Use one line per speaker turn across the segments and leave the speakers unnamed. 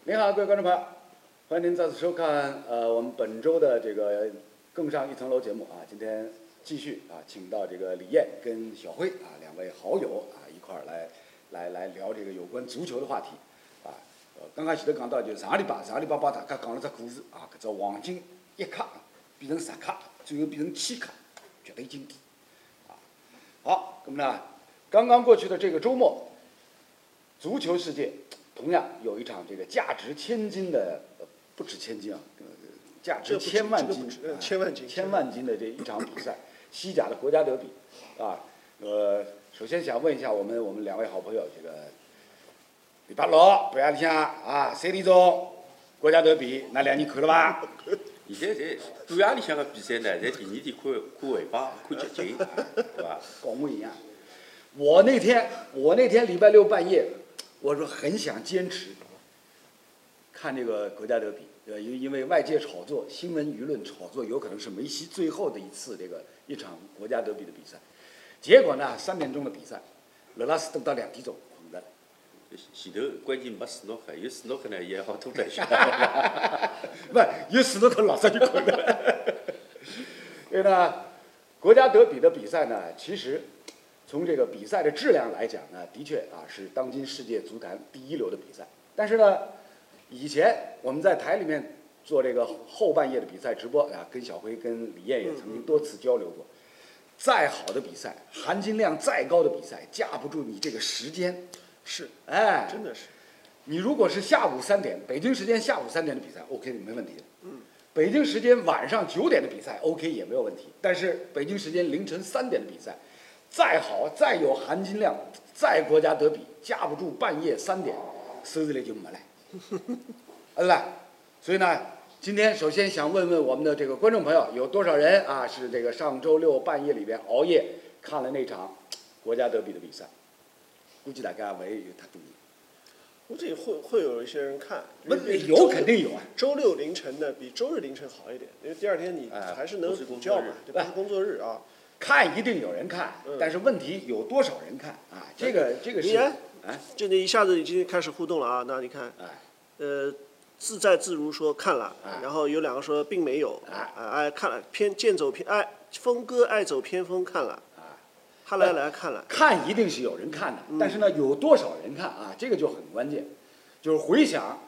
您好，各位观众朋友，欢迎您再次收看我们本周的这个更上一层楼节目啊。今天继续请到这个李艳跟小辉两位好友一块儿来聊这个有关足球的话题刚开始都讲到就是上个礼拜帮大家讲了只故事搿只黄金1卡变成10卡，最后变成7卡，绝对经典好，那么呢，刚刚过去的这个周末，足球世界同样有一场这个价值千金的，不止千金价值千万金，千万金的这一场比赛，西甲的国家德比首先想问一下我们两位好朋友，这个礼拜六半夜里向3点钟国家德比，那2人看了吧？
现在半夜里向个比赛呢，在第2天看回放，看集锦，对吧？
跟我一样。我那天礼拜六半夜，我说很想坚持看这个国家德比，对吧？因为外界炒作，新闻舆论炒作，有可能是梅西最后的一场国家德比的比赛。结果呢，3点钟的比赛，勒拉斯等到2点钟困了。
前头关键没斯诺克，有斯诺克呢也好多来些。
不，有斯诺克老早就困了。所以呢，国家德比的比赛呢，其实从这个比赛的质量来讲呢，的确是当今世界足坛第一流的比赛。但是呢，以前我们在台里面做这个后半夜的比赛直播跟小辉跟李艳也曾经多次交流过。再好的比赛，含金量再高的比赛，架不住你这个时间。
是，
真
的是。
你如果是下午3点，北京时间下午3点的比赛 ，OK 没问题的。北京时间晚上9点的比赛 ，OK 也没有问题。但是北京时间凌晨3点的比赛，再好再有含金量，再国家德比，架不住半夜3点，收视率就没了，对吧？所以呢，今天首先想问问我们的这个观众朋友，有多少人是这个上周六半夜里边熬夜看了那场国家德比的比赛？估计大家没有太多人。
估计会有一些人看，
有肯定有
周六凌晨的比周日凌晨好一点，因为第二天你还是能补觉嘛，对吧？不是工作日
看一定有人看，但是问题有多少人看这个是
这你一下子已经开始互动了那你看，自在自如说看了，然后有2个说并没有，看了剑走偏峰哥爱走偏锋看了。他来看了，
看一定是有人看的，但是呢，有多少人看这个就很关键。就是回想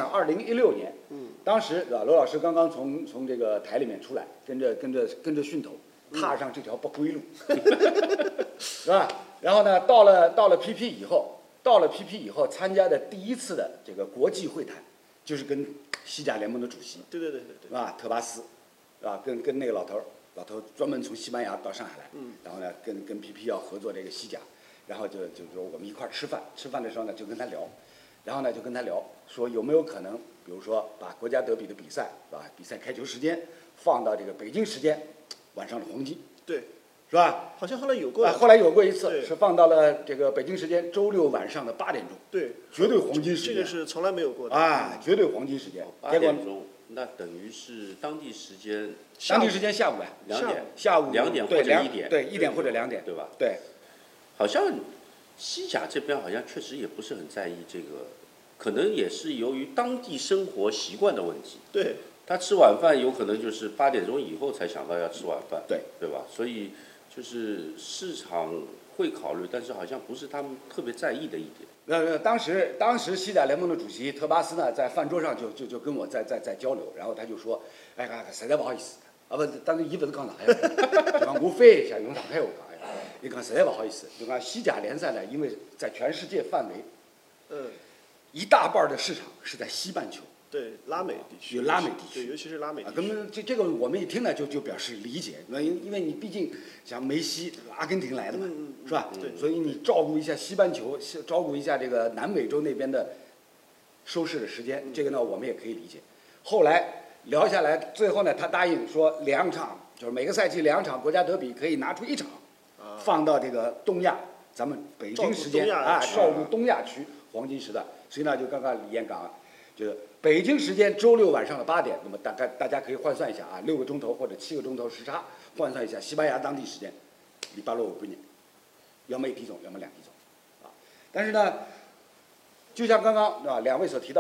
2016年，当时罗老师刚刚从这个台里面出来，跟着训头，踏上这条不归路，是吧？然后呢，到了 PP 以后，参加的第一次的这个国际会谈，就是跟西甲联盟的主席，
对，是
吧？特巴斯，是吧？跟那个老头专门从西班牙到上海来，然后呢跟 PP 要合作这个西甲，然后就说我们一块儿吃饭的时候呢就跟他聊，然后呢就跟他聊说有没有可能，比如说把国家德比的比赛，比赛开球时间放到这个北京时间晚上的黄金，
对，
是吧？
好像后来有过，
后来有过一次是放到了这个北京时间周六晚上的8点钟，
对，
绝对黄金时间，
这个是从来没有过的
绝对黄金时间。
8点钟，那等于是当地时间
下午
2点，
下午
2点或者1点，
对，1点或者2点，
对吧？
对，
好像西甲这边好像确实也不是很在意这个，可能也是由于当地生活习惯的问题。
对，
他吃晚饭有可能就是8点钟以后才想到要吃晚饭，对吧？所以就是市场会考虑，但是好像不是他们特别在意的一点。
当时西甲联盟的主席特巴斯呢，在饭桌上就跟我在交流，然后他就说，实在不好意思不，当然伊不是讲上海话，就讲我翻译一下用上海话讲伊讲实在不好意思，就讲西甲联赛呢，因为在全世界范围，一大半的市场是在西半球。
对，拉美地区，对，尤其是拉美地区。
那么这个我们一听呢，就表示理解，因为你毕竟像梅西，阿根廷来的嘛，是吧？
对，
所以你照顾一下西半球，照顾一下这个南美洲那边的收视的时间，这个呢我们也可以理解。后来聊下来，最后呢他答应说2场，就是每个赛季2场国家德比可以拿出1场，放到这个东亚，咱们北京时间照顾东亚区黄金时段。所以呢，就刚刚李艳讲，就是北京时间周六晚上的8点，那么大家可以换算一下6个钟头或者7个钟头时差，换算一下西班牙当地时间，礼拜六5点，要么1点钟，要么2点钟，但是呢，就像刚刚2位所提到的，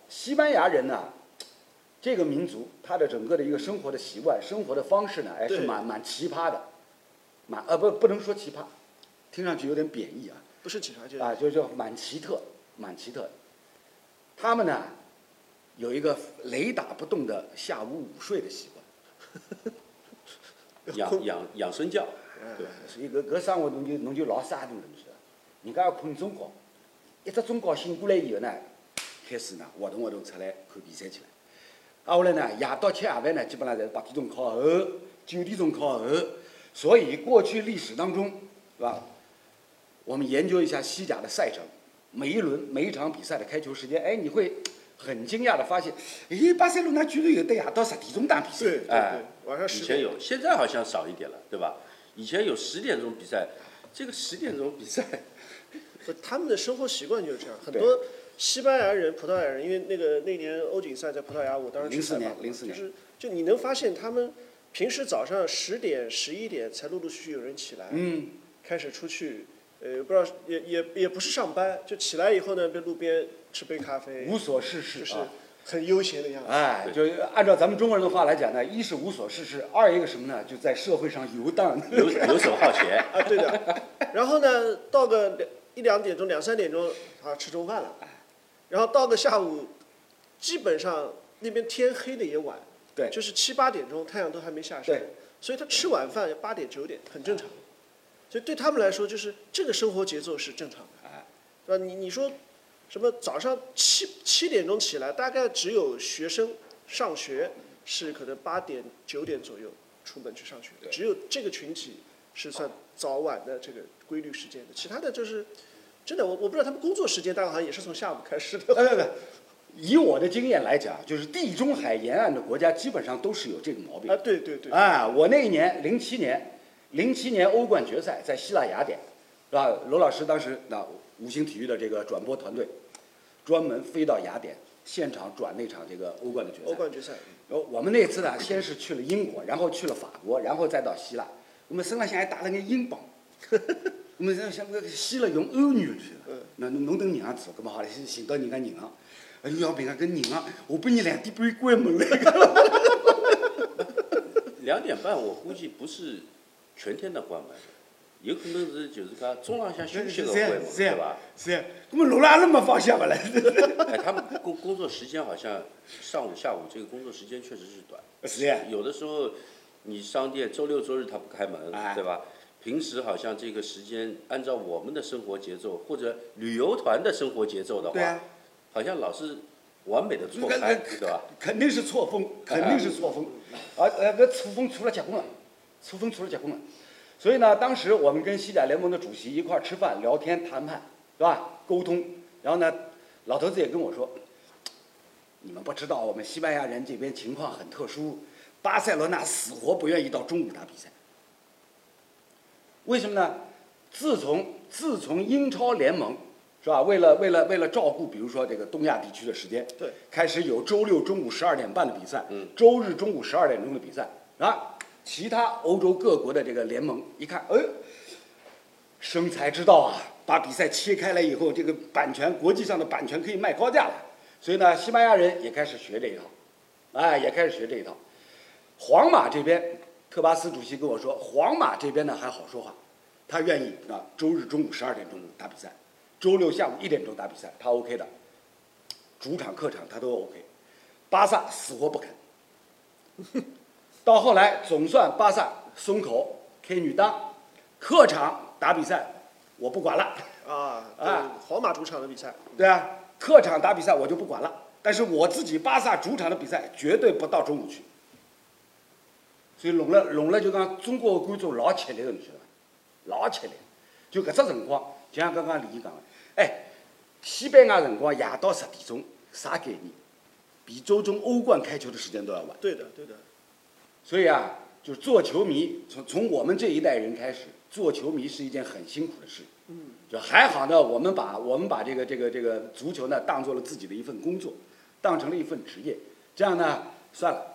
西班牙人呢，这个民族他的整个的一个生活的习惯、生活的方式呢，是蛮奇葩的，不能说奇葩，听上去有点贬义啊。
不是奇葩，
就蛮奇特的。他们呢有一个雷打不动的下午午睡的习
惯，养生觉。
对，所以搿生活侬就老洒脱了，你晓得？人家要困中觉，一只中觉醒过来以后呢，开始呢活动出来看比赛去了。后来呢，夜到吃夜饭呢，基本上侪是8点钟靠后，9点钟靠后。所以过去历史当中，是吧？我们研究一下西甲的赛程，每一场比赛的开球时间，你会很惊讶的发现，巴塞罗那居然有的夜到10点钟打比赛。
对，晚上10点。
以前有，现在好像少一点了，对吧？以前有10点钟比赛，这个10点钟比赛，
他们的生活习惯就是这样。很多西班牙人、葡萄牙人，因为那年欧锦赛在葡萄牙，我当时去采访，就你能发现他们平时早上10点、11点才陆陆续续有人起来，开始出去，不知道也不是上班，就起来以后呢，在路边吃杯咖啡，
无所事事，
就是很悠闲的样子。
就按照咱们中国人的话来讲呢，一是无所事事，二一个什么呢？就在社会上游荡，
游手好闲
啊，对的。然后呢，到个1、2点钟、2、3点钟，吃中饭了。然后到个下午，基本上那边天黑的也晚，
对，
就是7、8点钟，太阳都还没下山，
对，
所以他吃晚饭8点9点很正常。所以对他们来说，就是这个生活节奏是正常的，是吧？你说什么早上7点钟起来，大概只有学生上学是可能8点9点左右出门去上学，只有这个群体是算早晚的这个规律时间的，其他的就是真的我不知道他们工作时间大概好像也是从下午开始的。
以我的经验来讲，就是地中海沿岸的国家基本上都是有这个毛病。
对。
我那一年07年欧冠决赛在希腊雅典，是吧？罗老师当时五星体育的这个转播团队，专门飞到雅典现场转那场这个欧冠的决赛。
欧冠决赛。
我们那次呢，先是去了英国，然后去了法国，然后再到希腊。我们身上还打了眼英镑，我们像希腊用欧元去了。那侬等银行做，搿么好了，寻到人家银行。要不然跟银行，我把你2点半关门了。
2点半我估计不是全天的关门，有可能是就是讲中浪向休息的关门，对吧？
是呀，那么罗拉那么放下不来。
他们工作时间好像上午、下午这个工作时间确实是短。
是呀。
有的时候你商店周六周日它不开门，对吧？平时好像这个时间按照我们的生活节奏或者旅游团的生活节奏的话，好像老是完美的错开，对吧？
肯定是错峰，错峰。错峰出了结棍了，所以呢，当时我们跟西甲联盟的主席一块儿吃饭、聊天、谈判，是吧？沟通。然后呢，老头子也跟我说，你们不知道我们西班牙人这边情况很特殊，巴塞罗那死活不愿意到中午打比赛。为什么呢？自从英超联盟是吧？为了照顾，比如说这个东亚地区的时间，
对，
开始有周六中午12点半的比赛，周日中午12点钟的比赛啊。其他欧洲各国的这个联盟一看，生财之道啊，把比赛切开来以后，这个版权国际上的版权可以卖高价了。所以呢，西班牙人也开始学这一套，皇马这边。特巴斯主席跟我说，皇马这边呢还好说话，他愿意周日中午12点钟打比赛，周六下午1点钟打比赛，他 OK 的，主场客场他都 OK。巴萨死活不肯，到后来总算巴萨松口开女当，客场打比赛我不管了
皇马主场的比赛，
对啊，客场打比赛我就不管了，但是我自己巴萨主场的比赛绝对不到中午去。所以弄了就讲中国的观众老吃力的，你晓得伐？老吃力。就搿只辰光，就像刚刚李毅讲的，西班牙辰光夜到10点钟，啥概念？比周中欧冠开球的时间都要晚。
对的。
所以就是做球迷，从我们这一代人开始，做球迷是一件很辛苦的事。就还好呢，我们把这个足球呢当做了自己的一份工作，当成了一份职业。这样呢，算了，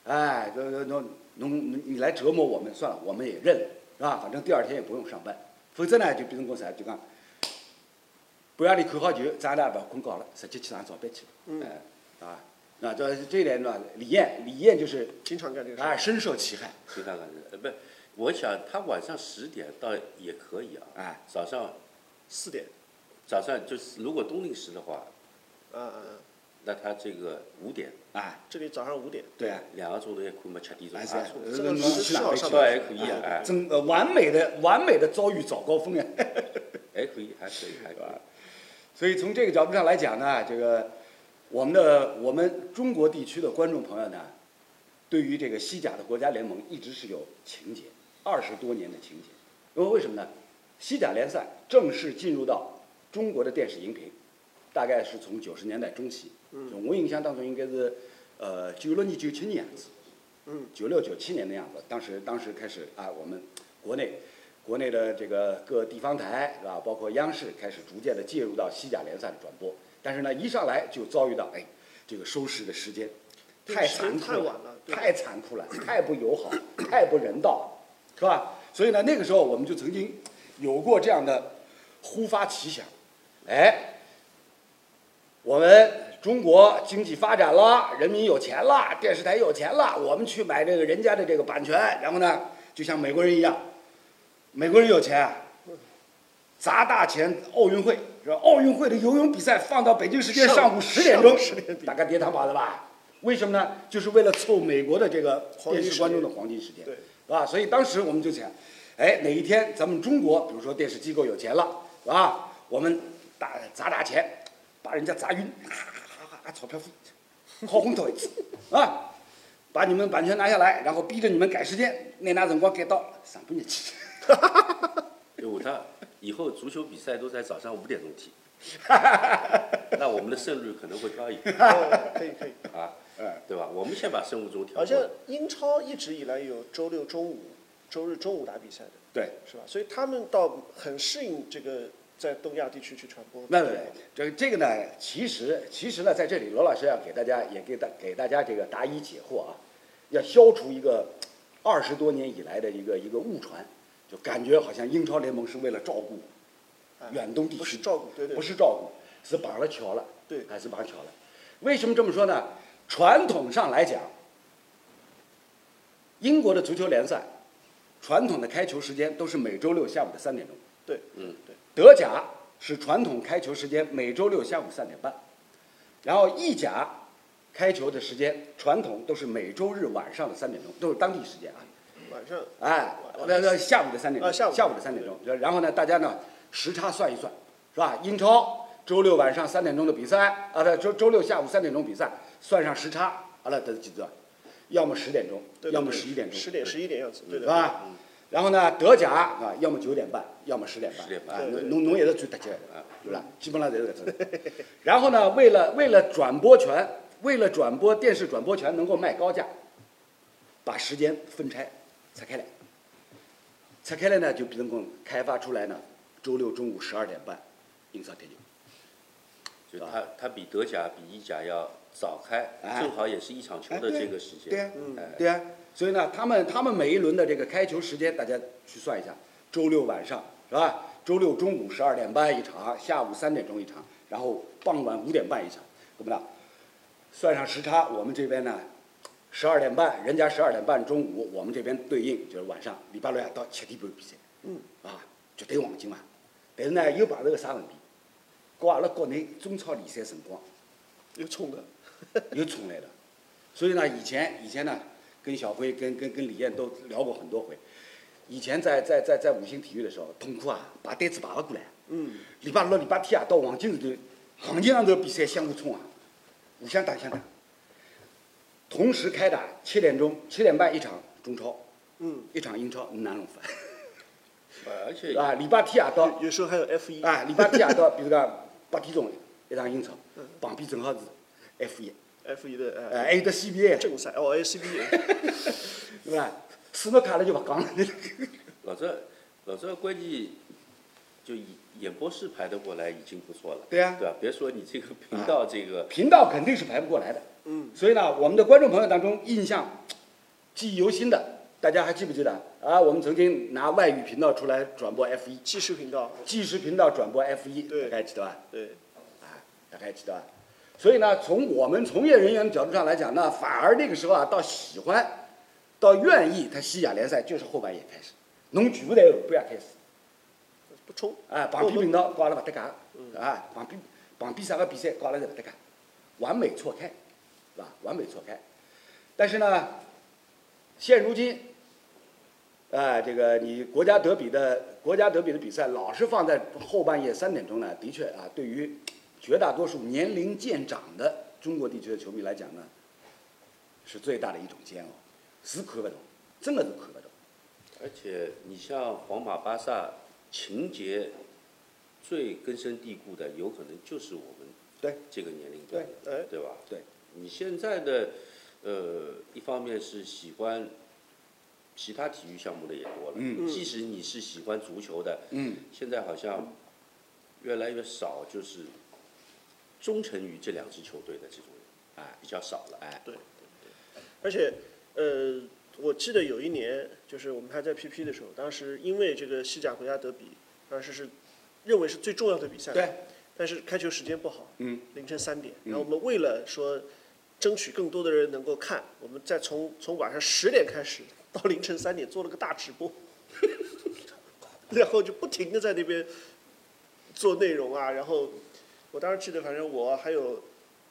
你来折磨我们算了，我们也认了，是吧？反正第2天也不用上班，否则呢就变成讲啥？就讲半夜里看好球，咱俩也不困觉了，直接去上早班去了。 啊，那这一点呢，李艳就是
经常干这个事，
深受其害。
经常干这个，不，我想他晚上10点倒也可以啊，早上
4点，
早上就是如果冬令时的话，那他这个5点，
这里早上5点，
对啊
2个钟头也看没7点钟，
这个是好上
班还可以啊，
完美的遭遇早高峰呀，
还可以。
所以从这个角度上来讲呢，这个我们中国地区的观众朋友呢，对于这个西甲的国家联盟一直是有情结，20多年的情结。因为为什么呢？西甲联赛正式进入到中国的电视荧屏，大概是从90年代中期。我印象当中应该是96年、97年样子，96、97年的样子。当时开始我们国内的这个各地方台是吧，包括央视开始逐渐的介入到西甲联赛的转播。但是呢，一上来就遭遇到这个收视的时间太残酷了，太残酷了，太不友好，太不人道，是吧？所以呢，那个时候我们就曾经有过这样的忽发奇想，我们中国经济发展了，人民有钱了，电视台有钱了，我们去买这个人家的这个版权，然后呢，就像美国人一样，美国人有钱，砸大钱奥运会，是吧？奥运会的游泳比赛放到北京时间上午10点钟，大概跌堂宝的吧？为什么呢？就是为了凑美国的这个电视观众的黄金时间，
对，
是吧？所以当时我们就想，哪一天咱们中国，比如说电视机构有钱了，是吧？我们砸大钱，把人家砸晕，钞票好红头一次啊！把你们版权拿下来，然后逼着你们改时间，那辰光改到上半日去。
以后足球比赛都在早上5点钟踢，那我们的胜率可能会高一点。
可以
对吧？我们先把生物钟调过。
好像英超一直以来有周六中午、周日中午打比赛的，
对，
是吧？所以他们倒很适应这个在东亚地区去传播。
这个呢，其实呢，在这里罗老师要给大家给大家这个答疑解惑啊，要消除一个20多年以来的一个误传，就感觉好像英超联盟是为了照顾远东地区，
不是照顾，对，
不是照顾，是绑了桥了，
对，
还是绑桥了。为什么这么说呢？传统上来讲，英国的足球联赛传统的开球时间都是每周六下午的3点钟。
对，
对。德甲是传统开球时间每周六下午3点半，然后意甲开球的时间传统都是每周日晚上的3点钟，都是当地时间啊。
晚上。
下午的3点钟。下午的3点钟。然后呢，大家呢时差算一算，是吧？英超周六晚上3点钟的比赛周六下午3点钟比赛，算上时差，得几个？要么10点钟，要么11点钟。
10点、11点样子，对的。
是吧？然后呢，德甲要么9点半，要么10点半。侬也是最搭界的对吧？基本上就是这个。然后呢，为了转播权，为了电视转播权能够卖高价，把时间拆开来呢，就变成开发出来呢，周六中午12点半，英超踢球。
就它比德甲、比意甲要早开，正好也是一场球的这个时间。
对啊。所以呢，他们每一轮的这个开球时间，大家去算一下，周六晚上是吧？周六中午12点半一场，下午3点钟一场，然后傍晚5点半一场，怎么样？算上时差，我们这边呢，12点半，人家12点半中午，我们这边对应就是晚上，礼拜六到7点半比赛，绝对黄金嘛。但是呢，又碰到个啥问题？跟阿拉国内中超联赛辰光
又冲
来了，所以呢，以前呢，跟小辉跟李艳都聊过很多回。以前在五星体育的时候，痛苦把单子排不过来。礼拜六、礼拜天到黄金时段，黄金上头比赛相互冲互相打。同时开打7点半一场中超，一场英超，难弄法。
而且
礼拜天到
有时候还有 F1。
礼拜天到，比如讲8点钟一场英超，旁边正好是
F1 的
还有的 CBA
正赛CBA，
对吧？斯诺卡了就不讲了。
老赵关键就演播室排得过来已经不错了。
对啊，
对吧？别说你这个频道
频道肯定是排不过来的。所以呢，我们的观众朋友当中印象记忆犹新的，大家还记不记得我们曾经拿外语频道出来转播 F1，
纪实频道
转播 F1，
对，
大概记得吧？
对，
大概记得吧？ 所以呢，从我们从业人员的角度上来讲呢，反而那个时候啊，倒喜欢，倒愿意他西甲联赛就是后半夜开始，侬全部在后半夜开始。
不冲。
旁边频道搞了勿搭界，旁边啥个比赛搞了侪勿搭界，完美错开，是吧？完美错开。但是呢，现如今，这个你国家德比的比赛老是放在后半夜3点钟呢，的确啊，对于绝大多数年龄渐长的中国地区的球迷来讲呢，是最大的一种煎熬，是看不懂，真的是看不懂。
而且你像皇马、巴萨，情节最根深蒂固的，有可能就是我们这个年龄段的，对吧？
对，
你现在的一方面是喜欢其他体育项目的也多了，即使你是喜欢足球的，现在好像越来越少，就是忠诚于这2支球队的这种人，比较少了，
对，而且我记得有一年，就是我们还在 PP 的时候，当时因为这个西甲国家德比，当时是认为是最重要的比赛，
对，
但是开球时间不好，凌晨3点，然后我们为了说争取更多的人能够看，我们再从晚上10点开始到凌晨3点做了个大直播，然后就不停的在那边做内容啊，然后我当时记得，反正我还有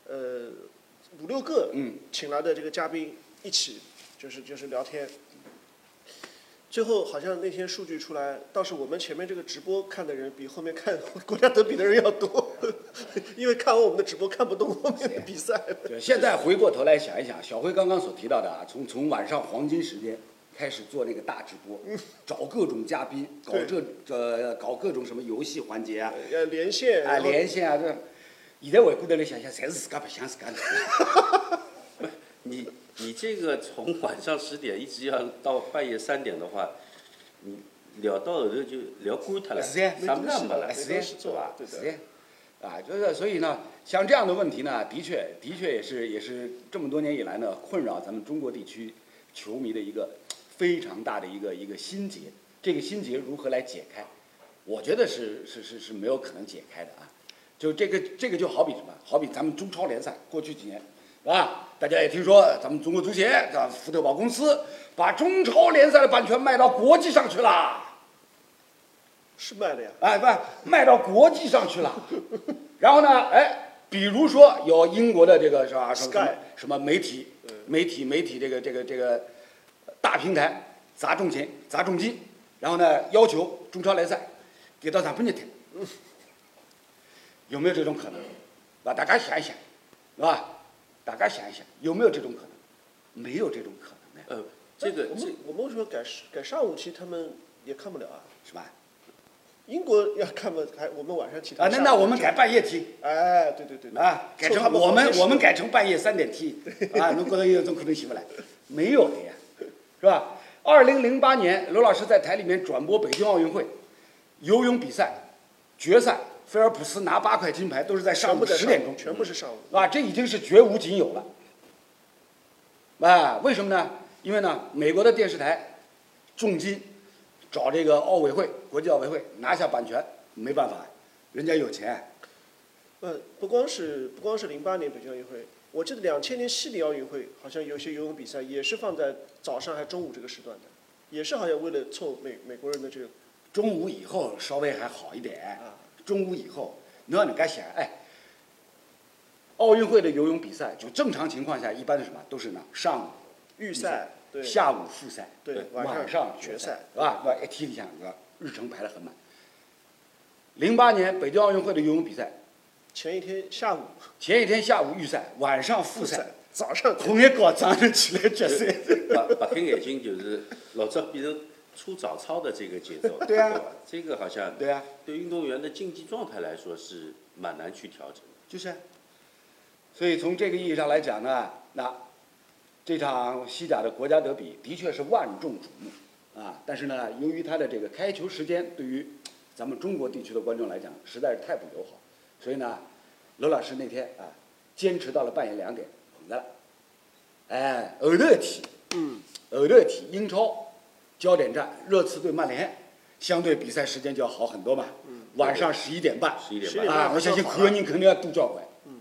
5、6个请来的这个嘉宾一起就是聊天。最后好像那天数据出来，倒是我们前面这个直播看的人比后面看国家德比的人要多，因为看完我们的直播看不懂后面的比赛。
对，现在回过头来想一想，小辉刚刚所提到的啊，从晚上黄金时间开始做那个大直播，找各种嘉宾，搞各种什么游戏环节啊，
连线
啊，这。现在回过头来想想，侪是自家白相自家的。
你这个从晚上10点一直要到半夜3点的话，你聊到后头就聊干脱了，啥么子没了，
是的，
是吧？
是的，就是所以呢，像这样的问题呢，的确也是这么多年以来呢，困扰咱们中国地区球迷的一个非常大的一个心结。这个心结如何来解开？我觉得是没有可能解开的啊。就这个就好比什么？好比咱们中超联赛过去几年，是吧？大家也听说咱们中国足协福特宝公司把中超联赛的版权卖到国际上去了。
是卖的呀。
不，卖到国际上去了。然后呢，比如说有英国的这个是吧？什么媒体这个大平台砸重钱砸重金，然后呢要求中超联赛给到上半日踢。有没有这种可能？大家想一想，是吧？大家想一想，有没有这种可能？没有这种可能的。
我们为什么改上午期，他们也看不了啊？
是吧？
英国要看嘛，我们晚上踢。
那我们改半夜踢。
对。
改成我们改成半夜3点踢。侬觉得有种可能行不来？没有的呀，是吧？2008年，罗老师在台里面转播北京奥运会游泳比赛决赛。菲尔普斯拿8块金牌，都是在上午10点钟，
全部是上午，
这已经是绝无仅有了，为什么呢？因为呢，美国的电视台重金找这个国际奥委会拿下版权，没办法，人家有钱。
不光是08年北京奥运会，我记得2000年悉尼奥运会，好像有些游泳比赛也是放在早上还中午这个时段的，也是好像为了凑美国人的这个。
中午以后稍微还好一点。中午以后，侬要能介想，奥运会的游泳比赛，就正常情况下，一般是什么？都是呢，上午
预赛，对，
下午复赛，
对，
晚上
决赛，
是吧？一天里向日程排得很满。08年北京奥运会的游泳比赛，
前一天下
午预赛，晚上复赛，
早上
同一个早上起来决赛。
白天眼睛就是老早变成出早操的这个节奏，
对吧？
这个好像对运动员的竞技状态来说是蛮难去调整的。
就是，所以从这个意义上来讲呢，那这场西甲的国家德比的确是万众瞩目啊。但是呢，由于它的这个开球时间对于咱们中国地区的观众来讲实在是太不友好，所以呢，罗老师那天坚持到了半夜2点捧着了。后头一天英超。焦点战，热刺对曼联，相对比赛时间就要好很多嘛。晚上11点半，我相信看的人肯定要多交关，是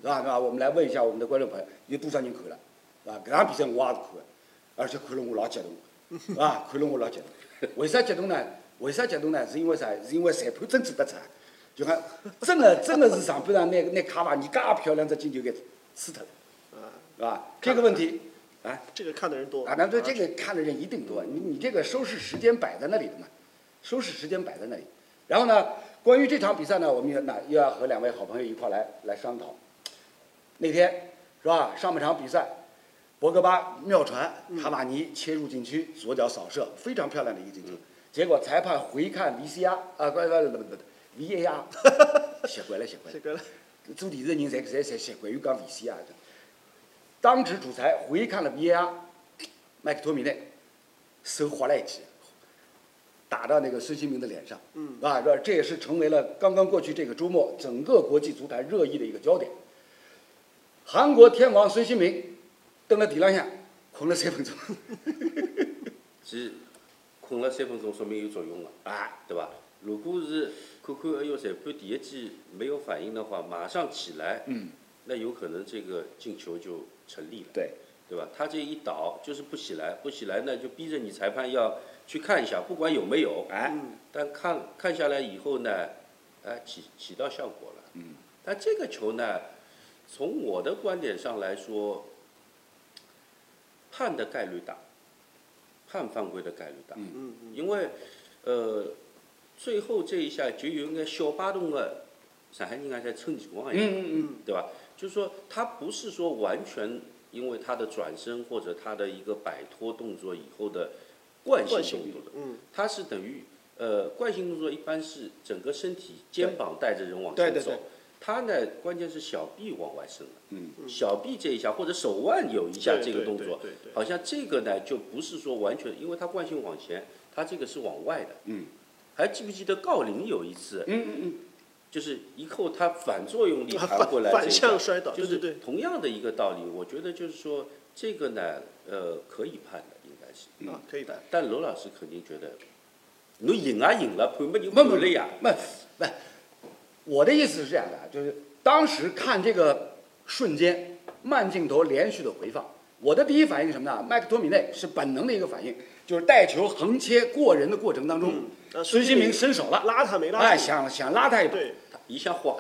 吧？是吧？我们来问一下我们的观众朋友，有多少人看了？啊，搿场比赛我也是看的，而且看了我老激动，是吧？看了我老激动。为啥激动呢？为啥激动呢？是因为啥？是因为裁判真做得出来，就讲真的是上半场拿卡瓦尼介漂亮只进球给输脱了，是吧？这个问题，啊，
这个看的人多
啊，那这个看的人一定多。你这个收视时间摆在那里的嘛，收视时间摆在那里。然后呢，关于这场比赛呢，我们又要和两位好朋友一块来商讨。那天是吧？上半场比赛。博格巴妙传，卡瓦尼切入禁区，左脚扫射，非常漂亮的一个进球。结果裁判回看 VCR 啊，不 VAR， 习惯了。做电视的人侪习惯于讲 VCR 的。当值主裁回看了 VAR， 麦克托米内手划了一记，打到那个孙兴民的脸上，啊，这也是成为了刚刚过去这个周末整个国际足坛热议的一个焦点。韩国天王孙兴民。蹲了地浪向困了3分钟，
其实困了3分钟说明有作用了，对吧？如果是看哎呦裁判第一记没有反应的话，马上起来，那有可能这个进球就成立了，对吧？他这一倒就是不起来呢就逼着你裁判要去看一下，不管有没有，但看下来以后呢，起到效果了，但这个球呢，从我的观点上来说。判的概率大，判犯规的概率大，因为最后这一下就有眼小巴动的上海人家在称情况一样，对吧？就是说他不是说完全因为他的转身或者他的一个摆脱动作以后的惯性动作的，他是等于惯性动作一般是整个身体肩膀带着人往前走。他呢，关键是小臂往外伸了，小臂这一下或者手腕有一下这个动作，好像这个呢就不是说完全，因为他惯性往前，他这个是往外的，还记不记得郜林有一次，就是一扣他反作用力弹回来
反向摔倒，
就是同样的一个道理，我觉得就是说这个呢，可以判的，应该是
可以判，
但罗老师肯定觉得，侬赢了，判没就判了呀，
不。我的意思是这样的，就是当时看这个瞬间慢镜头连续的回放，我的第一反应是什么呢？麦克托米内是本能的一个反应，就是带球横切过人的过程当中，孙兴民伸手了，
拉他没拉住，
想拉他一把，
一下晃，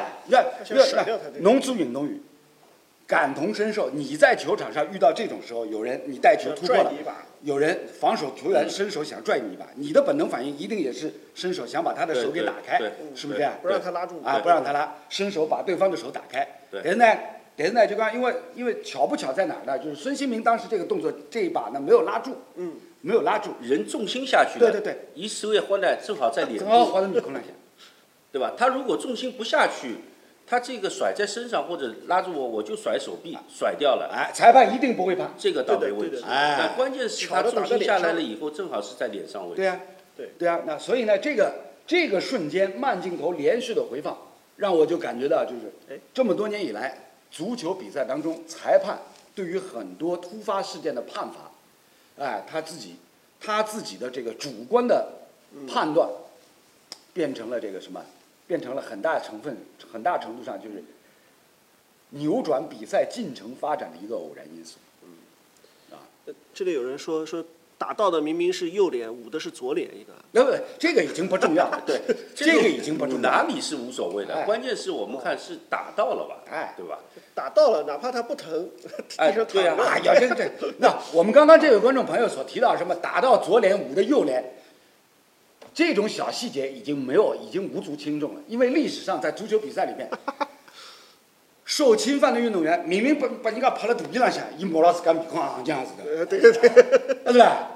农足运动员感同身受，你在球场上遇到这种时候，有人你带球突破了，有人防守球员伸手想拽你一把，你的本能反应一定也是伸手想把他的手给打开，是不是这样？
不让他拉住
啊，不让他拉，伸手把对方的手打开。但是呢，就刚因为巧不巧在哪儿呢？就是孙兴民当时这个动作这一把呢没有拉住，没有拉住，
人重心下去了，
对，
一手一晃呢，正好在脸部，
正好划到面孔上下，
对吧？他如果重心不下去。他这个甩在身上或者拉住我就甩手臂，甩掉了。
裁判一定不会判，
这个倒没问题。但关键是他重心下来了以后，正好是在脸上位置。
对啊。那所以呢，这个瞬间慢镜头连续的回放，让我就感觉到就是这么多年以来，足球比赛当中，裁判对于很多突发事件的判罚，他自己的这个主观的判断，变成了这个什么？变成了很大程度上就是扭转比赛进程发展的一个偶然因素。
这里有人说打到的明明是右脸，捂的是左脸一个。
不，这个已经不重要了。对，这个已经不重要。
哪里是无所谓的，关键是我们看是打到了吧，对吧？
打到了，哪怕他不疼，
对
啊，要这。那我们刚刚这位观众朋友所提到什么打到左脸捂的右脸。这种小细节已经无足轻重了，因为历史上在足球比赛里面，受侵犯的运动员明明把人家拍了肚皮上向，伊摸到自家面孔这样子的，
对，
是吧？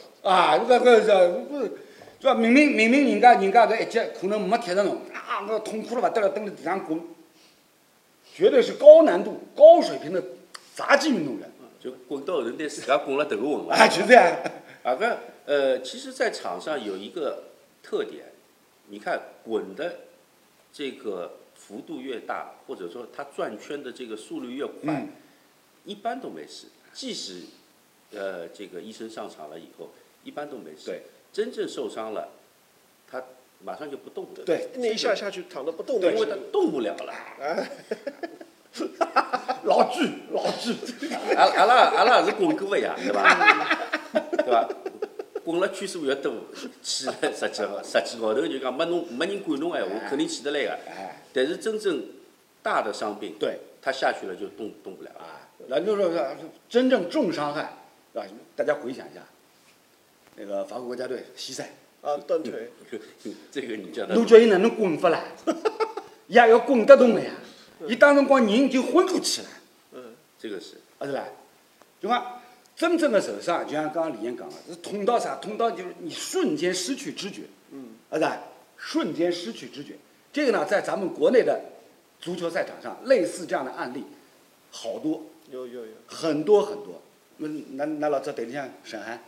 是吧？明明人家搿一脚可能没踢着侬，我痛苦了吧，蹲在地上滚，绝对是高难度、高水平的杂技运动员，
就滚到后头拿自家滚了头昏了。
就这样。
其实，在场上有一个特点，你看滚的这个幅度越大，或者说它转圈的这个速率越快，一般都没事。即使这个医生上场了以后，一般都没事。
对，
真正受伤了，他马上就不动了。
对，
那一下下去躺着不动，
因为他动不了了。
老剧。
阿拉是滚过的呀，对吧？对吧？滚了圈数越多，去了十几号头就讲没人管侬闲话，肯定起得来个。但是真正大的伤病，
对，
他下去了就动不了
啊。那就是说真正重伤害，啊，大家回想一下，那个法国国家队西塞
啊，断腿。
这个你叫他。
侬叫伊哪能滚法啦？伊也要滚得动的呀。伊当辰光人就昏过去了。
这个是。
是吧？就讲真正的受伤，就像刚刚李艳讲的，是痛到啥？痛到就是你瞬间失去知觉。是吧？瞬间失去知觉。这个呢，在咱们国内的足球赛场上，类似这样的案例好多。
有
很多。那老早队里向沈涵。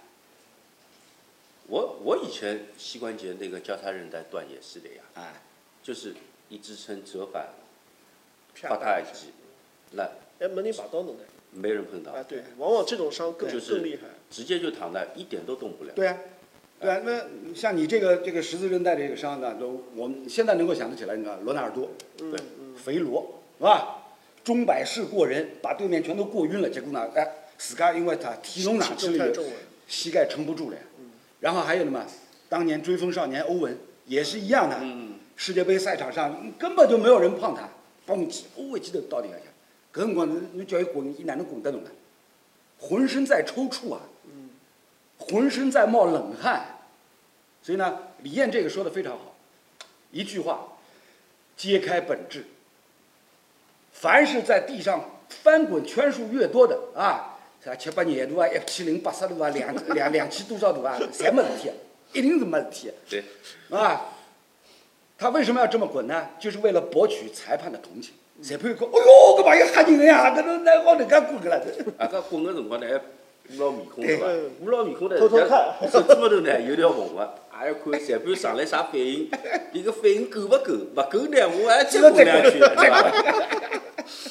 我以前膝关节那个交叉韧带断也是的呀，就是一支撑折返，跨太极，那
没人把刀弄的，
没人碰到。
对，往往这种伤更厉害，
直接就躺那，一点都动不了。
对啊，那像你这个十字韧带这个伤呢，我们现在能够想得起来，你看罗纳尔多，对，肥罗是吧？钟摆式过人，把对面全都过晕了，结果呢，自家因为他体重上去了，膝盖撑不住了呀。然后还有什么？当年追风少年欧文也是一样的，世界杯赛场上根本就没有人碰他，蹦起欧文记得到底下去，搿辰光侬叫伊滚，伊哪能滚得动呢？浑身在抽搐啊，浑身在冒冷汗，所以呢，李艳这个说的非常好，一句话，揭开本质。凡是在地上翻滚圈数越多的啊。啥700廿度啊，1080度啊，2000多少度啊，侪没事体，一定是没事体。
对，
啊，他为什么要这么滚呢？就是为了博取裁判的同情。裁判讲，哎哟，搿朋友吓人呀，搿侬哪好能介滚个啦？
搿滚个辰光呢，还捂牢面孔对伐？捂牢面孔呢，
偷看，
手指头呢有条红个，也要看裁判上来啥反应，伊个反应够勿够？勿够呢，我还再滚两圈，对伐？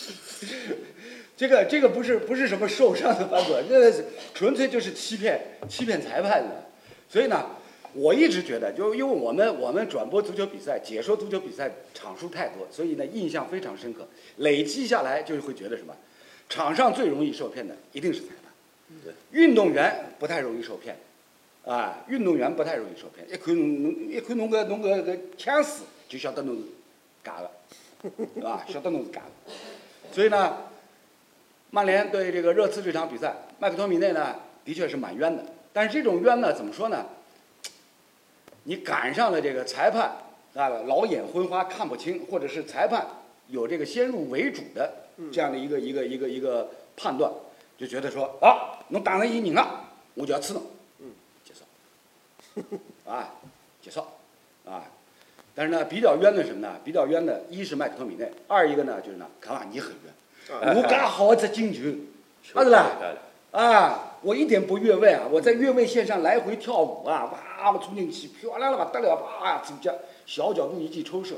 这个不是什么受伤的翻滚，这纯粹就是欺骗裁判的。所以呢，我一直觉得，就因为我们转播足球比赛、解说足球比赛场数太多，所以呢印象非常深刻。累积下来就是会觉得什么，场上最容易受骗的一定是裁判，运动员不太容易受骗，运动员不太容易受骗。一看侬个枪势就晓得侬是假的，是吧？晓得侬是假的。所以呢。曼联对这个热刺这场比赛，麦克托米内呢的确是蛮冤的，但是这种冤呢怎么说呢？你赶上了这个裁判老眼昏花看不清，或者是裁判有这个先入为主的这样的一个判断，就觉得说侬打人一人了，我就要吃侬，结束，结束，但是呢比较冤的是什么呢？比较冤的一是麦克托米内，二一个呢就是呢卡瓦尼很冤。我干好这进球，是啦，我一点不越位啊！我在越位线上来回跳舞啊，哇，我冲进去，漂亮了不得了，啪，主脚小角度一记抽射，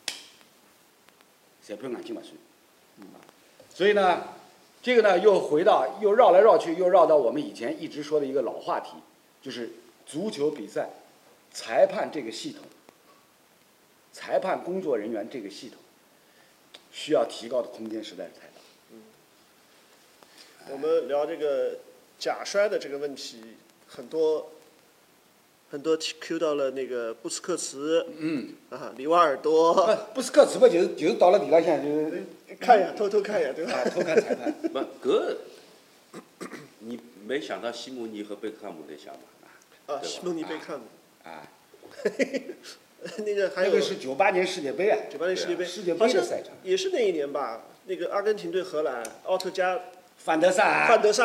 裁判眼睛不算，所以呢，这个呢又绕来绕去，又绕到我们以前一直说的一个老话题，就是足球比赛裁判这个系统，裁判工作人员这个系统需要提高的空间实在是太大。
我们聊这个假摔的这个问题，很多 Q 到了那个布斯克茨，里瓦尔多。
布斯克茨嘛，就是到了地浪向就是
看一下，偷看一下，对吧？
偷看裁判。
不，你没想到西姆尼和贝克汉姆那下吧？
西姆尼贝克汉姆。
那个还有。那个是98年世界杯啊。
98年世界杯。
世界杯的赛场。
也是那一年吧？那个阿根廷对荷兰，奥特加。
范德萨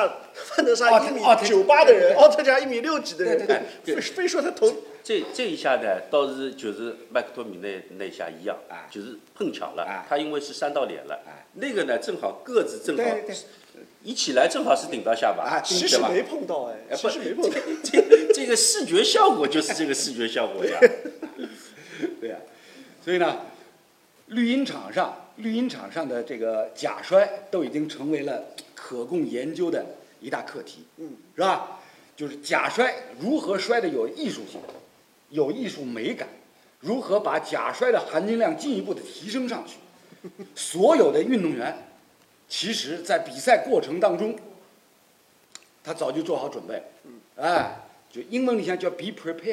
1.98米的人，奥特加1.6米几的人，非说他头。
这一下呢，倒是就是麦克托米那下一样，就是碰巧了，他因为是扇到脸了，那个呢正好个子正好，一起来正好是顶到下巴，
其实没碰到其实没碰到。
这个视觉效果就是这个视觉效果呀。
对呀，所以呢，绿茵场上的这个假摔都已经成为了可供研究的一大课题，是吧？就是假摔如何摔的有艺术性，有艺术美感，如何把假摔的含金量进一步的提升上去。所有的运动员其实在比赛过程当中，他早就做好准备。就英文里想叫 be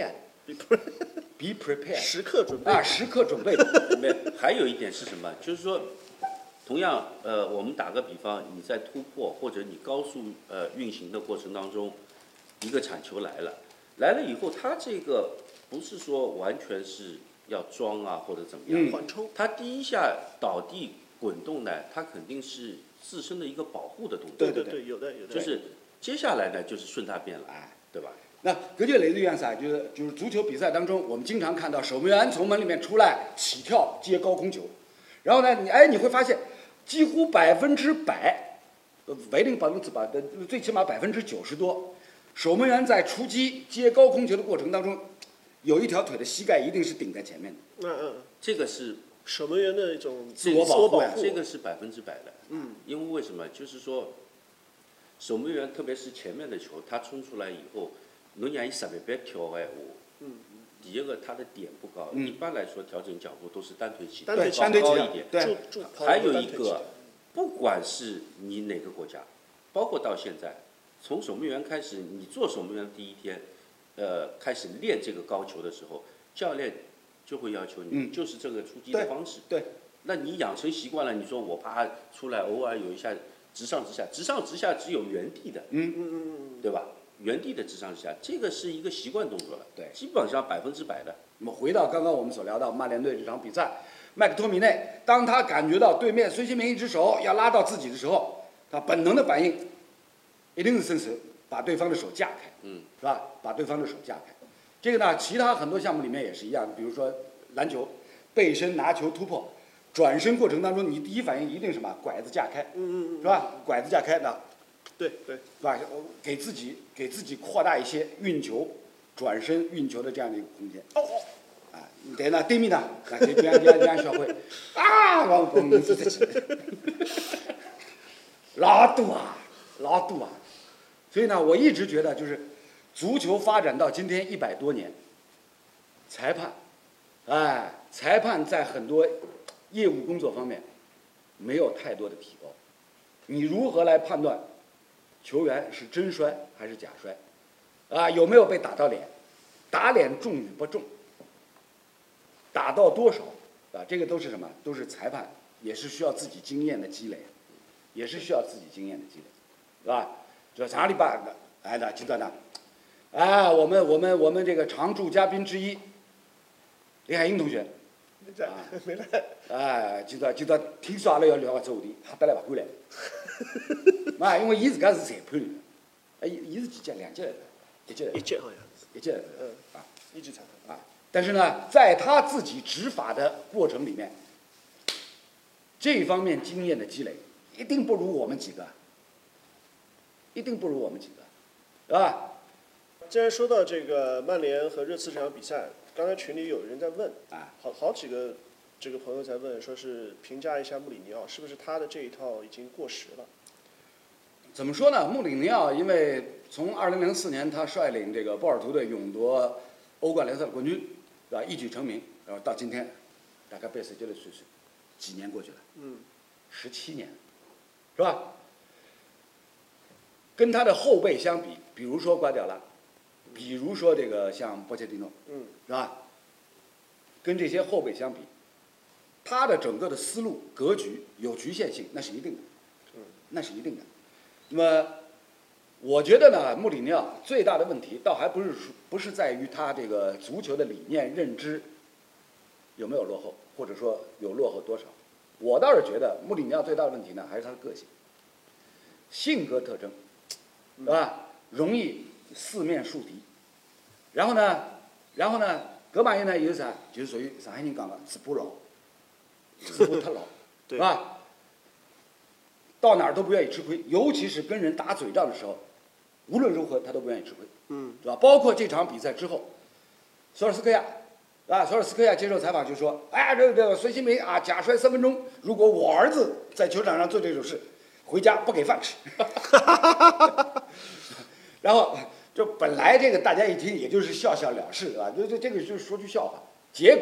prepared。be prepared。
时刻准备。
时刻准备。
还有一点是什么？就是说，同样，我们打个比方，你在突破或者你高速运行的过程当中，一个铲球来了以后，它这个不是说完全是要装啊或者怎么样，
缓冲。
它第一下倒地滚动呢，它肯定是自身的一个保护的动作。
对，有的。
就是接下来呢，就是顺大便了，对吧？
那搿就类似于啥？就是足球比赛当中，我们经常看到守门员从门里面出来起跳接高空球，然后呢，你会发现几乎100%，不一定100%，最起码90%多，守门员在出击接高空球的过程当中，有一条腿的膝盖一定是顶在前面的。
这个是
守门员的一种
自我保护，
这个是100%的。因为为什么？就是说，守门员特别是前面的球，他冲出来以后。侬让伊10倍跳的闲话，第一个他的点不高，一般来说调整脚步都是单腿起，
单腿
高一点。
对，
还有一个，不管是你哪个国家，包括到现在，从守门员开始，你做守门员第一天，开始练这个高球的时候，教练就会要求你，就是这个出击的方式。
对。
那你养成习惯了，你说我啪出来，偶尔有一下直上直下，直上直下只有原地的，对吧？原地的直上直下，这个是一个习惯动作了，
对，
基本上100%的。
那么回到刚刚我们所聊到曼联队这场比赛，麦克托米内当他感觉到对面孙兴民一只手要拉到自己的时候，他本能的反应一定是伸手把对方的手架开，是吧？把对方的手架开。这个呢，其他很多项目里面也是一样，比如说篮球，背身拿球突破，转身过程当中，你第一反应一定是什么？拐子架开，是吧？拐子架开的。
对，
是吧？给自己扩大一些运球、转身运球的这样的一个空间。对呢，对面呢，就像小辉，往名字出去，老多啊。所以呢，我一直觉得就是足球发展到今天100多年，裁判在很多业务工作方面没有太多的提高。你如何来判断？球员是真摔还是假摔？有没有被打到脸？打脸重与不重？打到多少？这个都是什么？都是裁判，也是需要自己经验的积累，是吧？这上礼拜，那记得呢，我们这个常驻嘉宾之一，李海英同学，
没来。
今朝听说阿拉要聊个这话题，吓得来不敢来。因为伊自家是裁判员，伊是几届？2届来的，1届
好像
，1届来的，
一级裁
判。但是呢，在他自己执法的过程里面，这方面经验的积累一定不如我们几个，是吧？
既然说到这个曼联和热刺这场比赛，刚才群里有人在问，好几个这个朋友在问，说是评价一下穆里尼奥，是不是他的这一套已经过时了？
怎么说呢？穆里尼奥因为从2004年他率领这个波尔图队勇夺欧冠联赛的冠军，是吧？一举成名，然后到今天，大概被谁觉得岁数，几年过去了，17年，是吧？跟他的后辈相比，比如说瓜迪奥拉，比如说这个像波切蒂诺，是吧？跟这些后辈相比，他的整个的思路格局有局限性，那是一定的，那么，我觉得呢，穆里尼奥最大的问题倒还不是在于他这个足球的理念认知有没有落后，或者说有落后多少。我倒是觉得穆里尼奥最大的问题呢，还是他的个性、性格特征，是吧？容易四面树敌。然后呢，搿玩意呢有啥？就是属于上海人讲的嘴巴牢，嘴巴太牢，是吧？到哪儿都不愿意吃亏，尤其是跟人打嘴仗的时候，无论如何他都不愿意吃亏，是吧？包括这场比赛之后，索尔斯克亚接受采访就说：“这个孙兴民假摔3分钟，如果我儿子在球场上做这种事，回家不给饭吃。”然后就本来这个大家一听也就是笑笑了事，啊，这个就是说句笑话。结果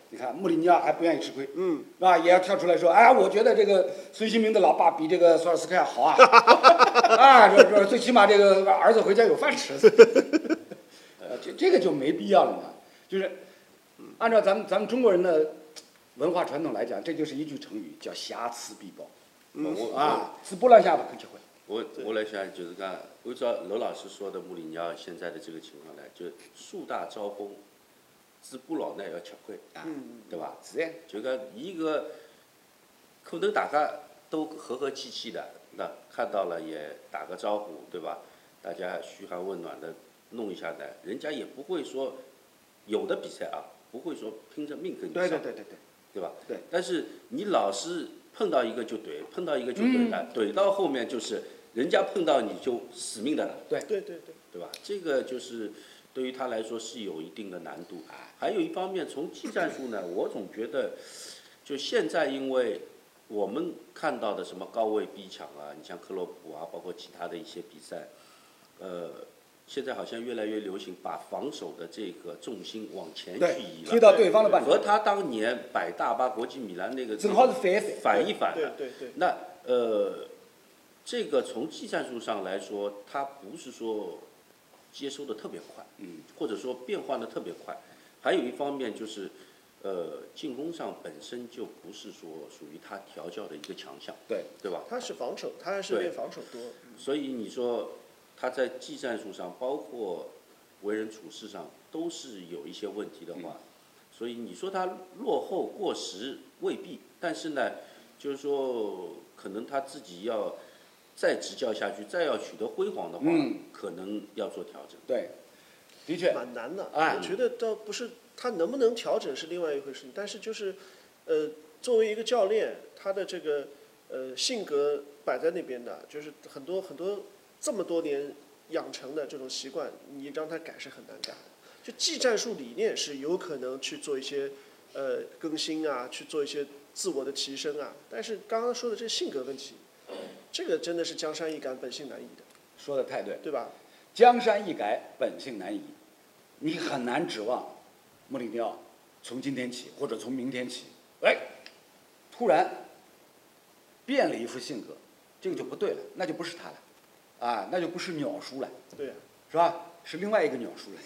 你看穆里尼奥还不愿意吃亏，是吧？也要跳出来说，哎，我觉得这个孙兴民的老爸比这个索尔斯克亚好啊，啊，这最起码这个儿子回家有饭吃，这个就没必要了嘛。就是按照咱们中国人的文化传统来讲，这就是一句成语，叫瑕疵必报。是波浪下不可机会。
我来想就是讲，按照娄老师说的穆里尼奥现在的这个情况呢，就树大招风，自古老呢要吃亏，对吧？
是的。
就讲一个可能大家都和和气气的，那看到了也打个招呼，对吧？大家嘘寒问暖的弄一下呢，人家也不会说有的比赛啊，不会说拼着命跟你上，对吧？
对。
但是你老是碰到一个就怼，碰到一个就怼了，怼到后面就是人家碰到你就死命的了，对吧？这个就是对于他来说是有一定的难度。还有一方面，从技战术呢，我总觉得，就现在因为我们看到的什么高位逼抢啊，你像克洛普啊，包括其他的一些比赛，现在好像越来越流行把防守的这个重心往前去移了，
推到对方的半场。
和他当年摆大巴国际米兰那个
正好是
反一反的。
对。
那这个从技战术上来说，它不是说接收的特别快，或者说变换的特别快。还有一方面就是，进攻上本身就不是说属于他调教的一个强项，对吧？
他是防守，他还是练防守多。
所以你说他在技战术上，包括为人处事上，都是有一些问题的话，所以你说他落后过时未必，但是呢，就是说可能他自己要再执教下去，再要取得辉煌的话，可能要做调整。
对，的确
蛮难的。我觉得倒不是他能不能调整是另外一回事，但是就是，作为一个教练，他的这个性格摆在那边的，就是很多这么多年养成的这种习惯，你让他改是很难改的。就技战术理念是有可能去做一些更新啊，去做一些自我的提升啊，但是刚刚说的这性格问题，这个真的是江山易改，本性难移的。
说的太对，
对吧？
江山易改，本性难移，你很难指望穆里尼奥从今天起或者从明天起，突然变了一副性格，这个就不对了，那就不是他了，那就不是鸟叔了，
对，
是吧？是另外一个鸟叔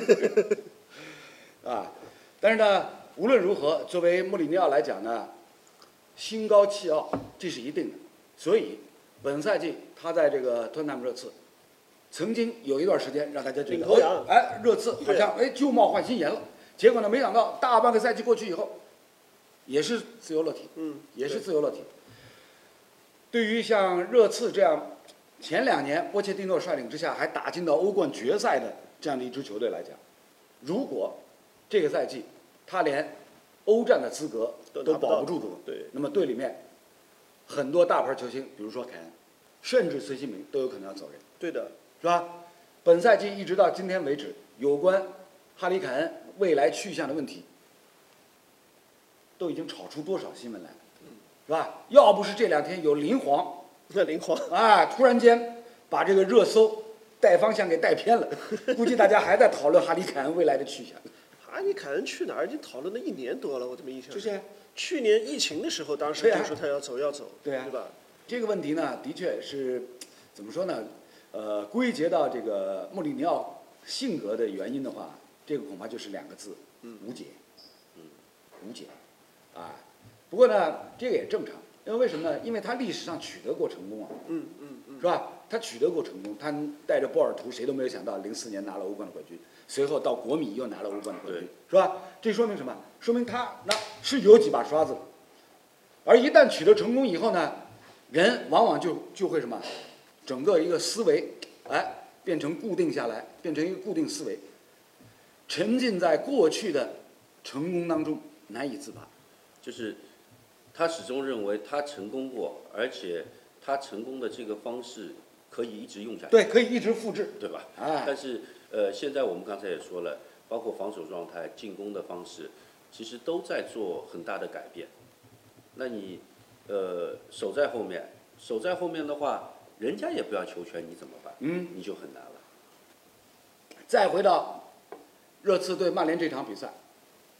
了，但是呢，无论如何，作为穆里尼奥来讲呢，心高气傲这是一定的，所以本赛季他在这个托特纳姆热刺，曾经有一段时间让大家觉得，热刺好像旧貌换新颜了。结果呢，没想到大半个赛季过去以后，也是自由落体，也是自由落体。对于像热刺这样前2年波切蒂诺率领之下还打进到欧冠决赛的这样的一支球队来讲，如果这个赛季他连欧战的资格都保不住，那么队里面很多大牌球星，比如说凯恩，甚至孙兴民都有可能要走人。
对的，
是吧？本赛季一直到今天为止，有关哈里凯恩未来去向的问题，都已经炒出多少新闻来，是吧？要不是这2天有林皇突然间把这个热搜带方向给带偏了，估计大家还在讨论哈里凯恩未来的去向。
哈里凯恩去哪儿已经讨论了1年多了，我这么印象。
就是
去年疫情的时候，当时就说他要走，对吧？
这个问题呢，的确是怎么说呢？归结到这个穆里尼奥性格的原因的话，这个恐怕就是2个字：无解。无解。不过呢，这个也正常，因为为什么呢？因为他历史上取得过成功啊。是吧？他取得过成功，他带着波尔图，谁都没有想到04年拿了欧冠的冠军，随后到国米又拿了欧冠的冠军，是吧？这说明什么？说明他那是有几把刷子，而一旦取得成功以后呢，人往往就会什么？整个一个思维，变成固定下来，变成一个固定思维，沉浸在过去的成功当中，难以自拔。
就是他始终认为他成功过，而且他成功的这个方式可以一直用下去。
对，可以一直复制，
对吧？但是现在我们刚才也说了，包括防守状态、进攻的方式，其实都在做很大的改变。那你守在后面的话，人家也不要球权，你怎么办？你就很难了。
再回到热刺对曼联这场比赛，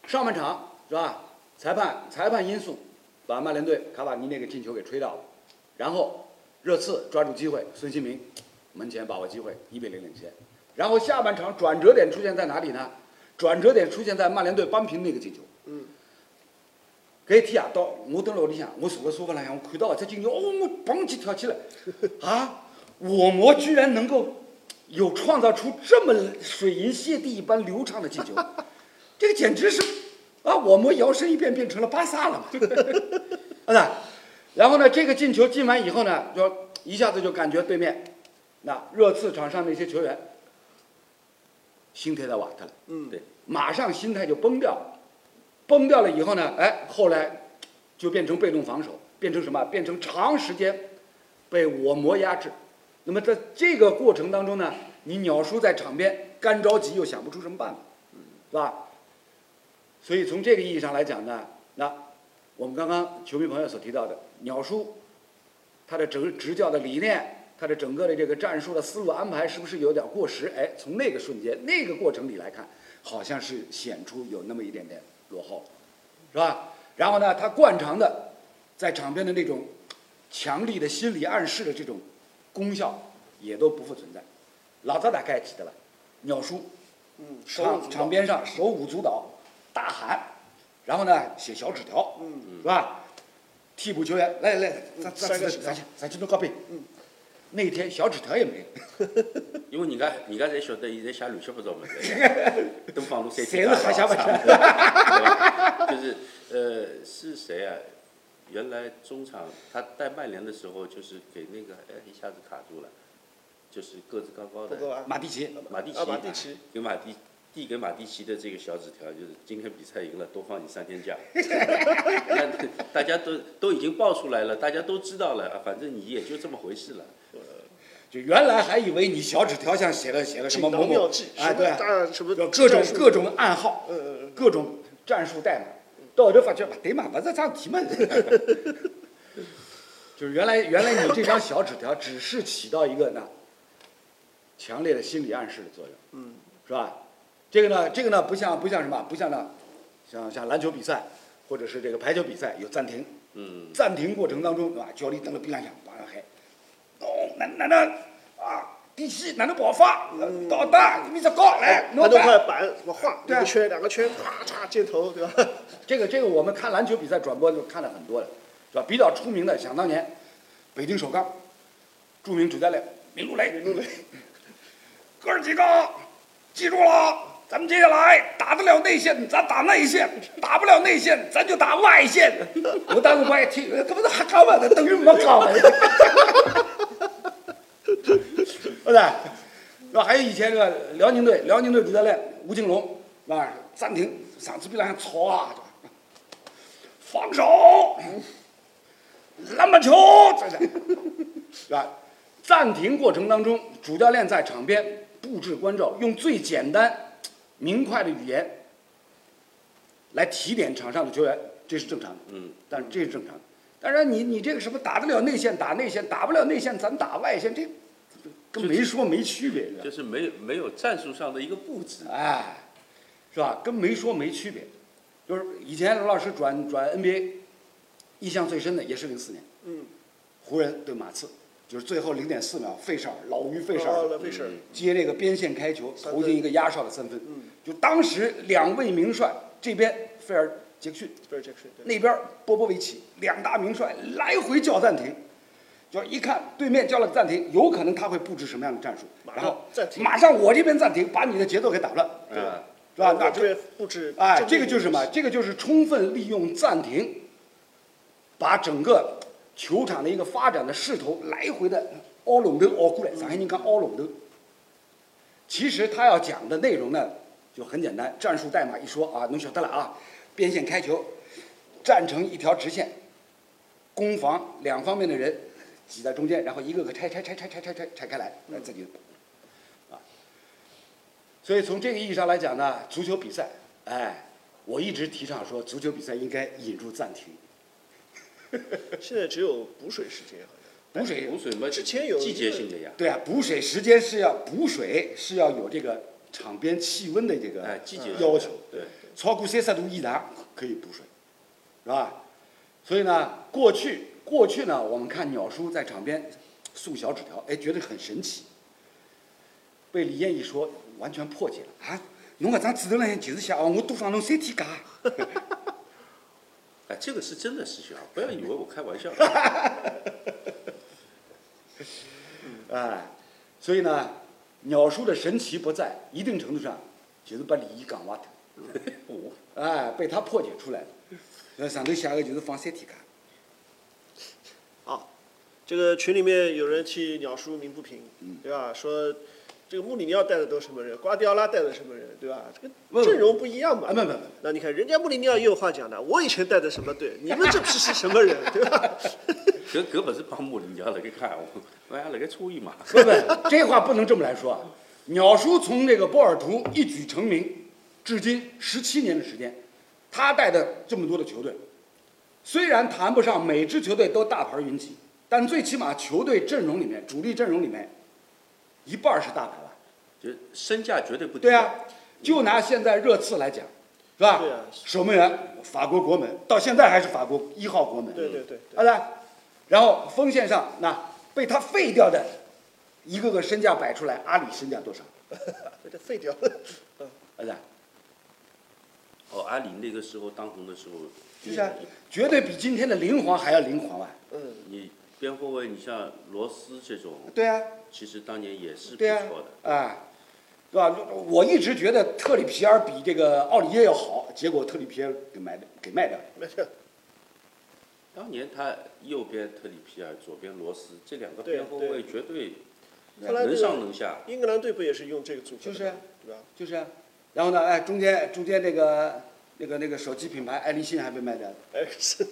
上半场是吧？裁判因素把曼联队卡瓦尼那个进球给吹掉了，然后热刺抓住机会，孙兴民门前把握机会1-0领先。然后下半场转折点出现在哪里呢？转折点出现在曼联队扳平那个进球。搿一天啊，到我蹲辣屋里向，我坐在沙发浪向，我看到这进球，我蹦起跳起来，啊，我魔居然能够有创造出这么水银泻地一般流畅的进球，这个简直是啊，我魔摇身一变变成了巴萨了嘛，然后呢，这个进球进完以后呢，就一下子就感觉对面那热刺场上那些球员心态在瓦特了，
对，
马上心态就崩掉了。崩掉了以后呢，后来就变成被动防守，变成什么？变成长时间被我魔压制。那么在这个过程当中呢，你鸟叔在场边干着急，又想不出什么办法，是吧？所以从这个意义上来讲呢，那我们刚刚球迷朋友所提到的鸟叔，他的执教的理念，他的整个的这个战术的思路安排，是不是有点过时？从那个瞬间、那个过程里来看，好像是显出有那么一点点落后，是吧？然后呢，他惯常的在场边的那种强力的心理暗示的这种功效也都不复存在。老早大概记得了，鸟叔，场边上手舞足蹈，大喊，然后呢写小纸条，是吧？替补球员来，咱去弄高杯。那天小纸条也没有，
因为人家才晓得，现在写乱七八糟么子，都放入3天。
谁是还想不起来？
就是是谁啊？原来中场他带曼联的时候，就是给那个一下子卡住了，就是个子高高的
马蒂奇，
递给马蒂奇的这个小纸条，就是今天比赛赢了，多放你3天假。大家都已经爆出来了，大家都知道了，反正你也就这么回事了。
就原来还以为你小纸条上写了什么某某，对，
什么
各种暗号，各种战术代码，到这发觉对嘛，不是这样提嘛。就是原来你这张小纸条只是起到一个强烈的心理暗示的作用，是吧？这个呢不像什么，不像像篮球比赛或者是这个排球比赛有暂停，暂停过程当中，对吧？教练登了冰箱响，马上喊，哪能啊？第七哪能爆发？导弹米高来，
弄块板什么画
对，
两个圈，咔嚓箭头，对吧？
这个我们看篮球比赛转播就看了很多了，是吧？比较出名的，想当年，北京首钢，著名主教练闵卢雷，哥儿几个记住了。咱们接下来打得了内线，咱打内线；打不了内线，咱就打外线。我当时我一听，这不是还搞嘛？等于没搞嘛？是吧？还有以前这个辽宁队主教练吴敬龙，是吧？暂停，上次比那吵啊，防守，篮板球，是吧？暂停过程当中，主教练在场边布置关照，用最简单明快的语言来提点场上的球员，这是正常的。但是这是正常的。当然你这个什么打得了内线打内线，打不了内线咱打外线，这跟没说没区别。
就是没有战术上的一个布置，
是吧？跟没说没区别。就是以前罗老师转 NBA， 印象最深的也是04年，湖人对马刺。就是最后0.4秒，费舍尔老于费舍尔接那个边线开球，投进一个压哨的3分。就当时2位名帅，这边菲尔杰克逊，那边波波维奇，2大名帅来回叫暂停，就一看对面叫了暂停，有可能他会布置什么样的战术，然后马上我这边暂停，把你的节奏给打乱，是吧？那
这边布置，
这个就是什么？这个就是充分利用暂停，把整个球场的一个发展的势头来回的凹龙头凹过来，上海人讲凹龙头。其实他要讲的内容呢，就很简单，战术代码一说啊，能晓得了啊，边线开球，站成一条直线，攻防两方面的人挤在中间，然后一个个拆开来，自己啊。所以从这个意义上来讲呢，足球比赛，我一直提倡说，足球比赛应该引入暂停。
现在只有补水时间，好像
补水嘛，
之前有
季节性的呀。
对啊，补水时间是要有这个场边气温的这个要求，超过30度以上可以补水，是吧？所以呢，过去呢，我们看鸟叔在场边送小纸条，哎，觉得很神奇。被李艳一说，完全破解了啊！侬搿张纸头呢，就是写哦，我多放侬3天假。
哎，这个是真的事情啊！不要以为我开玩笑。
哎，所以呢，鸟叔的神奇不在，一定程度上就是把李毅讲挖头。哎，被他破解出来了。上头写的就是放3天假。
啊，这个群里面有人替鸟叔鸣不平，对吧？说这个穆里尼奥带的都什么人，瓜迪奥拉带的什么人，对吧？这个阵容不一样嘛。
不，
那你看人家穆里尼奥也有话讲的，我以前带的什么队，你们这批是什么人，对吧？
搿不是帮穆里尼奥辣盖看，我还辣盖吹嘛。
不，这话不能这么来说啊。鸟叔从这个波尔图一举成名，至今17年的时间，他带的这么多的球队，虽然谈不上每支球队都大牌云集，但最起码球队阵容里面，主力阵容里面，一半是大牌吧？
就身价绝对不低。
对啊，就拿现在热刺来讲，是吧？
对啊。
守门员法国国门，到现在还是法国1号国门。
对。
然后锋线上那被他废掉的，一个个身价摆出来，阿里身价多少？
被他废掉了。
阿里那个时候当红的时候，
就是啊，绝对比今天的林皇还要林皇啊。
你边后卫，你像罗斯这种，
对啊，
其实当年也是不错的。
啊，是吧？我一直觉得特里皮尔比这个奥里耶要好，结果特里皮尔给卖掉了。
当年他右边特里皮尔，左边罗斯，这两个边后卫绝对能上能下。
英格兰队不也是用这个组合？
就是，
对吧？
就是，然后呢，哎，中间那个手机品牌爱立信还被卖掉了，
是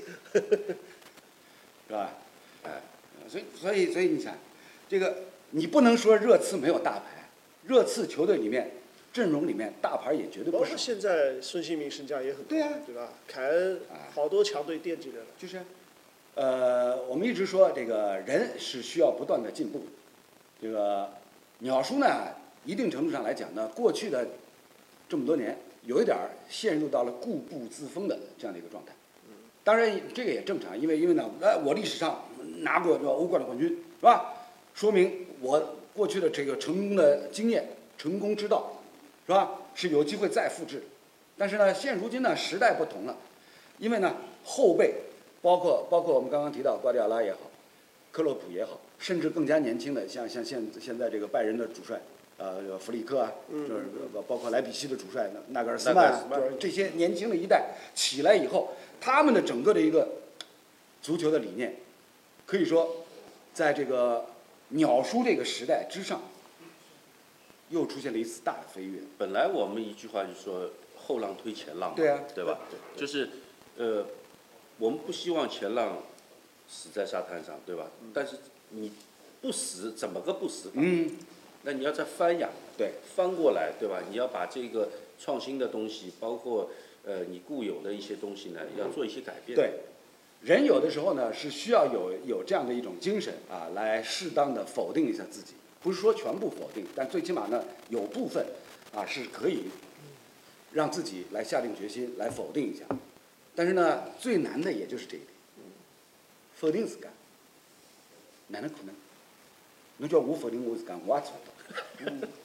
吧？哎，所以你想，这个你不能说热刺没有大牌，热刺球队里面阵容里面大牌也绝对不少。
包括现在孙兴民身价也很高，
对啊，
对吧？凯恩好多强队惦记着呢。
就是，我们一直说这个人是需要不断的进步的。这个鸟叔呢，一定程度上来讲呢，过去的这么多年，有一点陷入到了固步自封的这样的一个状态。当然这个也正常，因为呢，我历史上拿过欧冠的冠军，是吧？说明我过去的这个成功的经验、成功之道，是吧？是有机会再复制。但是呢，现如今呢，时代不同了，因为呢，后辈包括我们刚刚提到瓜迪奥拉也好，克洛普也好，甚至更加年轻的，像现在这个拜仁的主帅，弗里克啊，就是包括莱比锡的主帅纳格尔斯曼啊，就是这些年轻的一代起来以后，他们的整个的一个足球的理念，可以说，在这个鸟叔这个时代之上，又出现了一次大的飞跃。
本来我们一句话就说后浪推前浪嘛，
对啊，
对吧？就是我们不希望前浪死在沙滩上，对吧？但是你不死，怎么个不死法？那你要再翻呀，
对，
翻过来，对吧？你要把这个创新的东西，包括你固有的一些东西呢，要做一些改变。
对，人有的时候呢是需要有这样的一种精神啊，来适当的否定一下自己，不是说全部否定，但最起码呢有部分啊是可以让自己来下定决心来否定一下。但是呢，最难的也就是这一点，否定自己，哪能可能？侬叫我否定我自己，我也做不到。